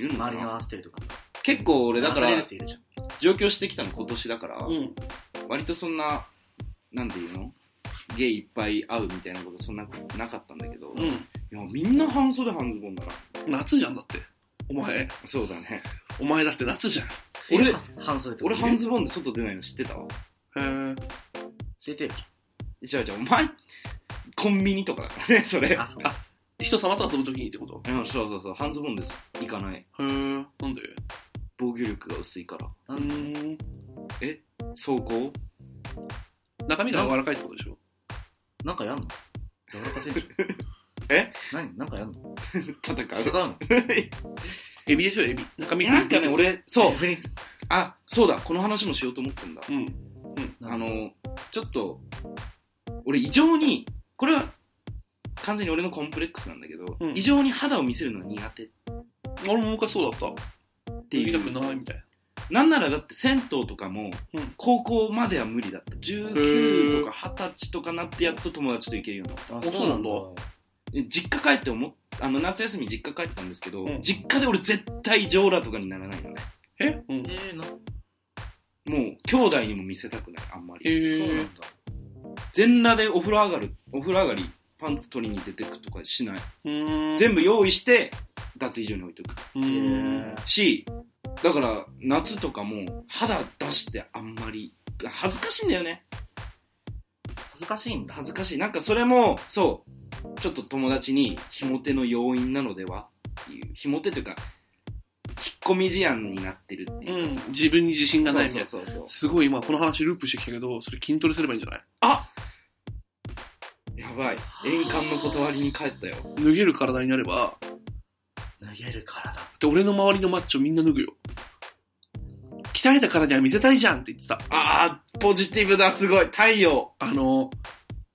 いるのかな？ 周りに合わせてるとか。 結構俺だから、 人いるじゃん。 上京してきたの今年だから、 うん、 割とそんな、なんていうの？ゲイいっぱい会うみたいなことそんななかったんだけど、 うん、いやみんな半袖半ズボンだな。 夏じゃんだって。お前。 そうだね。 お前だって夏じゃん。 俺、 半袖俺半ズボンで外出ないの知ってたわ。 へー。 出てるじゃあじゃあお前コンビニとかだからねそれ。 あ、あ人様と遊ぶときにってこと？ うん、そうそうそう、半ズボンです。行かない。 へー。なんで？ 防御力が薄いから。 うーん。 え？走行？ 中身が柔らかいってことでしょ？ なんかやんの？柔らかせんじゃん。 え？ 何？なんかやんの？ 戦う。 戦うの？ エビでしょ、エビ。中身なんかね、俺、そう。あ、そうだ、この話もしようと思ってんだ。 うん。うん。 あの、ちょっと、俺異常に、これは完全に俺のコンプレックスなんだけど、うん、異常に肌を見せるのが苦手。 俺も昔そうだった。って言いたくないみたいな。 なんならだって銭湯とかも、高校までは無理だった。じゅうきゅうとかはたちとかなってやっと友達と行けるようになった。 あ、そうなんだ。 実家帰って思っあの夏休み実家帰ったんですけど、うん、実家で俺絶対ジョーラとかにならないのね。 え？うん、 えー、なもう兄弟にも見せたくない、あんまり。 えー、 そうなんだ。 全裸でお風呂上がる、お風呂上がりパンツ取りに出てくとかしない。 うーん、全部用意して脱衣所に置いとく。 うーんし、だから夏とかも肌出してあんまり恥ずかしいんだよね。 恥ずかしいんだ。 恥ずかしい。なんかそれもそうちょっと友達にひも手の要因なのではっていう、ひも手というか引っ込み思案になってるっていう、 うん、自分に自信がないみたいな。 そうそうそうそう。 すごい今この話ループしてきたけど、それ筋トレすればいいんじゃない？ あ、やばい、円環の断りに帰ったよ。 脱げる体になれば。 脱げる体で、俺の周りのマッチョみんな脱ぐよ。鍛えたからには見せたいじゃんって言ってた。 あー、ポジティブだ、すごい。太陽。 あの、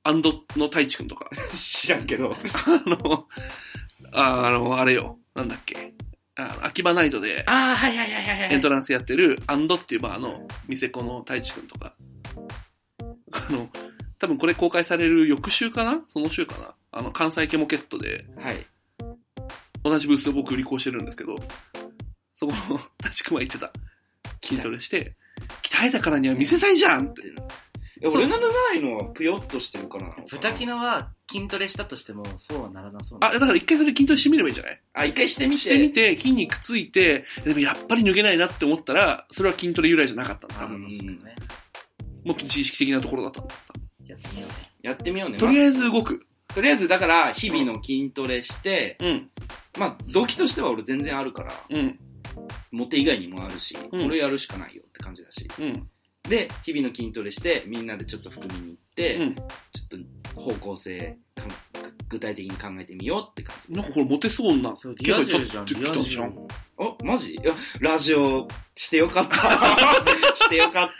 アンドの太一くんとか。 知らんけど。 あの、あの、あれよ。なんだっけ。あの、秋葉ナイトで、 ああ、はいはいはいはい。 エントランスやってるアンドっていうバーの店子の太一くんとか。あの、多分これ公開される翌週かなその週かなあの、関西ケモケットで、 はい。 同じブースを僕売り子してるんですけど、そこの太一くんは言ってた。筋トレして、鍛えたからには見せたいじゃんって。 俺の長いのはぷよっとしてるからなのかな。 豚キノは筋トレしたとしてもそうはならなそうな。 あ、だから一回それ筋トレしてみればいいんじゃない？ あ、一回してみて。 してみて、筋肉ついて、でもやっぱり脱げないなって思ったら、それは筋トレ由来じゃなかったんだ。多分。 ね、 もっと自意識的なところだったんだ。 やってみようね。 やってみようね。 とりあえず動く。 とりあえずだから日々の筋トレして、うん。まあ動機としては俺全然あるから、うん。モテ以外にもあるし、うん、これやるしかないよって感じだし、うん。で、日々の筋トレして、みんなでちょっと服見に行って、うん、ちょっと方向性、具体的に考えてみようって感じ。 なんかこれモテそうな。 そう、リア充じゃん。リア充。 あ、マジ？いや、ラジオしてよかった。してよかった。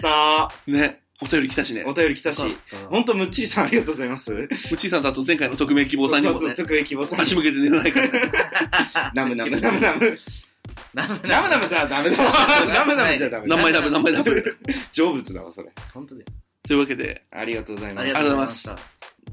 ね。お便り来たしね。 お便り来たし。ほんと、ムッチーさんありがとうございます。ムッチーさんとあと前回の匿名希望さんにもね。そうそう、 匿名希望さん。 足向けて寝ないから。 ナムナムナムナム。ナムナムナムじゃダメだわ。ナムナムじゃダメだ。 名前ダメ、名前ダメ。 成仏だわ、それ。 本当だよ。 というわけで。 ありがとうございます。 ありがとうございました。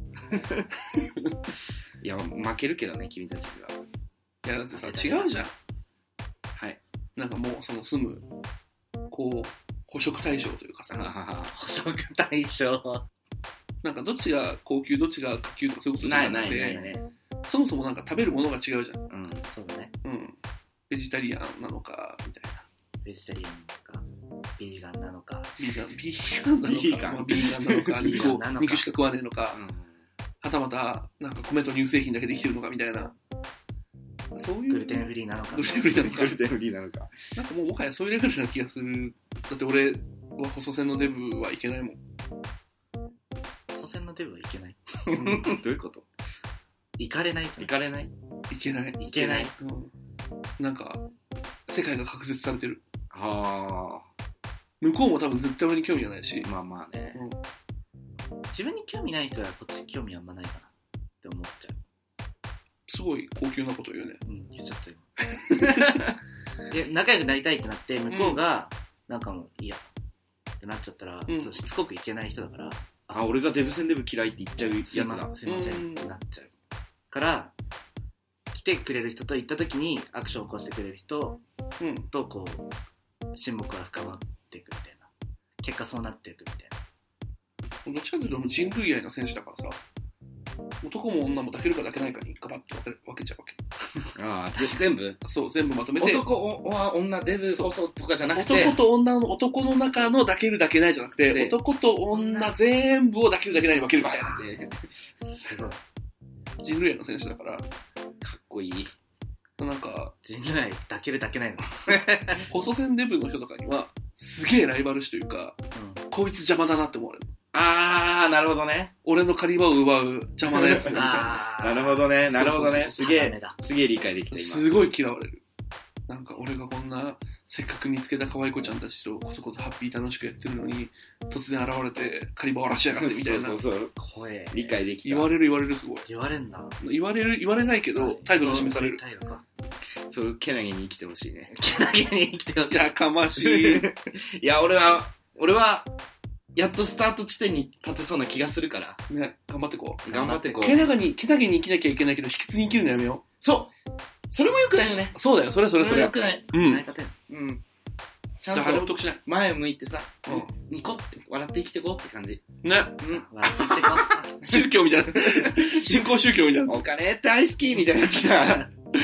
いや、負けるけどね、君たちが。 いや、だってさ、違うじゃん。はい。なんかもう、その住む、こう、捕食対象というかさ。 捕食対象。 なんかどっちが高級、どっちが下級とかそういうことじゃなくて。ないないないね。そもそもなんか食べるものが違うじゃん。うん、 そうだね。 うん。ベジタリアンなのか、みたいな。 ベジタリアンなのか、ビーガンなのか。 ビーガン、ビーガンなのか、ビーガン、まあ、ビーガンなのか、肉肉しか食わねえのか、うん、はたまた、なんか米と乳製品だけできてるのかみたいな。そういう。 グルテンフリーなのか。 グルテンフリーなのか。 グルテンフリーなのか。 なんかもうもはやそういうレベルな気がする。だって俺は細線のデブはいけないもん。 細線のデブはいけない。 どういうこと？ いかれない。 いかれない？ いけない。 いけない。 うん、なんか、世界が隔絶されてる。 はあ。 向こうも多分絶対俺に興味がないし。 まあまあね、 うん。自分に興味ない人はこっち興味あんまないかなって思っちゃう。 すごい高級なこと言うね。 うん、言っちゃったよ。で、仲良くなりたいってなって、向こうが、なんかもう、いいや、ってなっちゃったら、うん、しつこくいけない人だから。 あ、俺がデブ戦デブ嫌いって言っちゃうやつだ。 すいませんってなっちゃう。から、来てくれる人と行った時にアクションを起こしてくれる人とこう親睦が深まっていくみたいな、結果そうなっていくみたいな。どっちかというと人類愛の選手だからさ、男も女も抱けるか抱けないかにガバッと分け、分けちゃうわけ。 ああ、全部そう全部まとめて、 男は女デブこそとかじゃなくて、 男と女の男の中の抱ける抱けないじゃなくて、男と女全部を抱ける抱けないに分けるみたいな。 すごい人類愛の選手だから。 かっこいい。 なんか人類愛抱ける抱けないの。 細線デブの人とかにはすげえライバル視というか、うん、こいつ邪魔だなって思われる。 あー、なるほどね。 俺の狩り場を奪う邪魔なやつみたいな。 なるほどね、なるほどね。すげえ、すげえ理解できた今。 すごい嫌われる。なんか俺がこんなせっかく見つけた可愛い子ちゃんたちとこそこそハッピー楽しくやってるのに突然現れて狩り場を荒らしやがってみたいな。 そうそうそう。 怖え。 理解できた。 言われる言われるすごい。 言われんな。 言われる言われないけど態度で示される。 態度か。 そう、けなげに生きてほしいね。 けなげに生きてほしい。 やかましい。 いや、俺は、俺は、やっとスタート地点に立てそうな気がするから。 ね、頑張ってこう。 頑張ってこう。 けなげに、けなげに生きなきゃいけないけど、引き継ぎ生きるのやめよう。そう。それも良くないよね。 そうだよ、それそれそれ。 良くない。 うん。 うん。 ちゃんと腹太くしない。 前を向いてさ、うん、ニコって笑って生きてこうって感じ。 ね。 うん。笑って生きてこう。宗教みたいな。信仰宗教みたいな。 お金大好きみたいなやつ来た。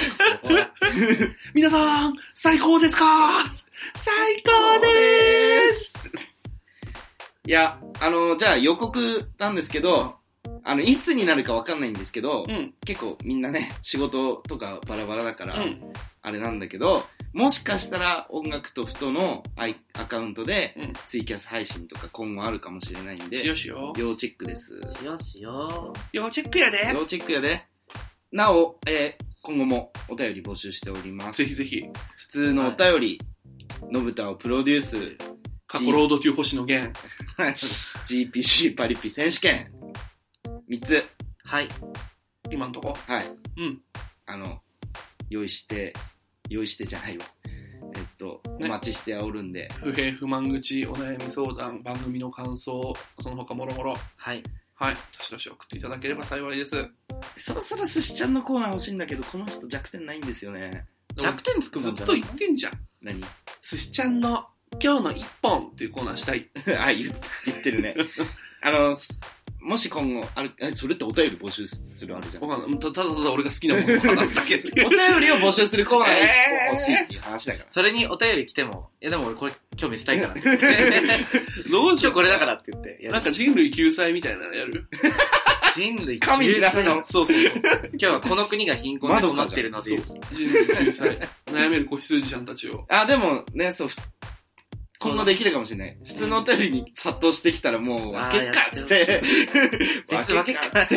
皆さん、最高ですか？最高でーす。 いや、あの、じゃあ予告なんですけど、あの、いつになるかわかんないんですけど、うん、結構みんなね、仕事とかバラバラだから、うん、あれなんだけど、もしかしたら音楽とふとのアイアカウントで、うん、ツイキャス配信とか今後あるかもしれないんで、 しよしよ。 要チェックです。 しよしよ。 要チェックやで。 要チェックやで。なお、えー、今後もお便り募集しております。 ぜひぜひ。 普通のお便り、のぶたをプロデュース、 過去ロード級星野源、 ジーピーシー パリピ選手権、 みっつ。 はい。 今んとこ。 はい。 うん。 あの、用意して、用意してじゃないわ。えっと、 ね、 お待ちしておるんで。 不平不満口、お悩み相談、番組の感想、その他もろもろ。 はい。 はい。どしどし送っていただければ幸いです。 そろそろ寿司ちゃんのコーナー欲しいんだけど、この人弱点ないんですよね。弱点つくもんずっと言ってんじゃん。 何？ 寿司ちゃんの今日の一本っていうコーナーしたい。 あ、言ってるね。あの、もし今後、あれ、それってお便り募集するあれじゃん。 ただただ俺が好きなものを話すだけってお便りを募集するコーナーが欲しいっていう話だから。 それにお便り来ても、いやでも俺これ今日見せたいから。どうしよう。 今日これだからって言って。 なんか人類救済みたいなのやる？ 人類救済の。 そうそうそう。 今日はこの国が貧困で困ってるので。 人類救済。悩める子羊ちゃんたちを。 あ、でもね、そう。今後できるかもしれない。普通のお便りに殺到してきたらもう、わけっかっつって。 別わけっかって。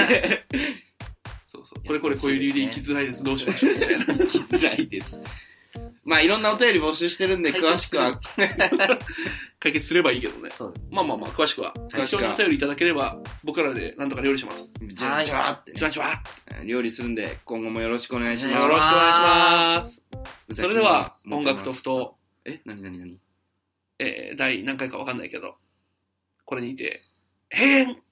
そうそう。これこれこういう理由で生きづらいです。どうしましょうみたいな。 生きづらいです。まあいろんなお便り募集してるんで、詳しくは。 解決すればいいけどね。まあまあまあ、詳しくは。適当にお便りいただければ、僕らでなんとか料理します。 じゃんじゃん。じゃんじゃん。料理するんで、今後もよろしくお願いします。 よろしくお願いします。それでは、音楽とふと。 え、なになになにえー、第何回かわかんないけど、これにて、閉園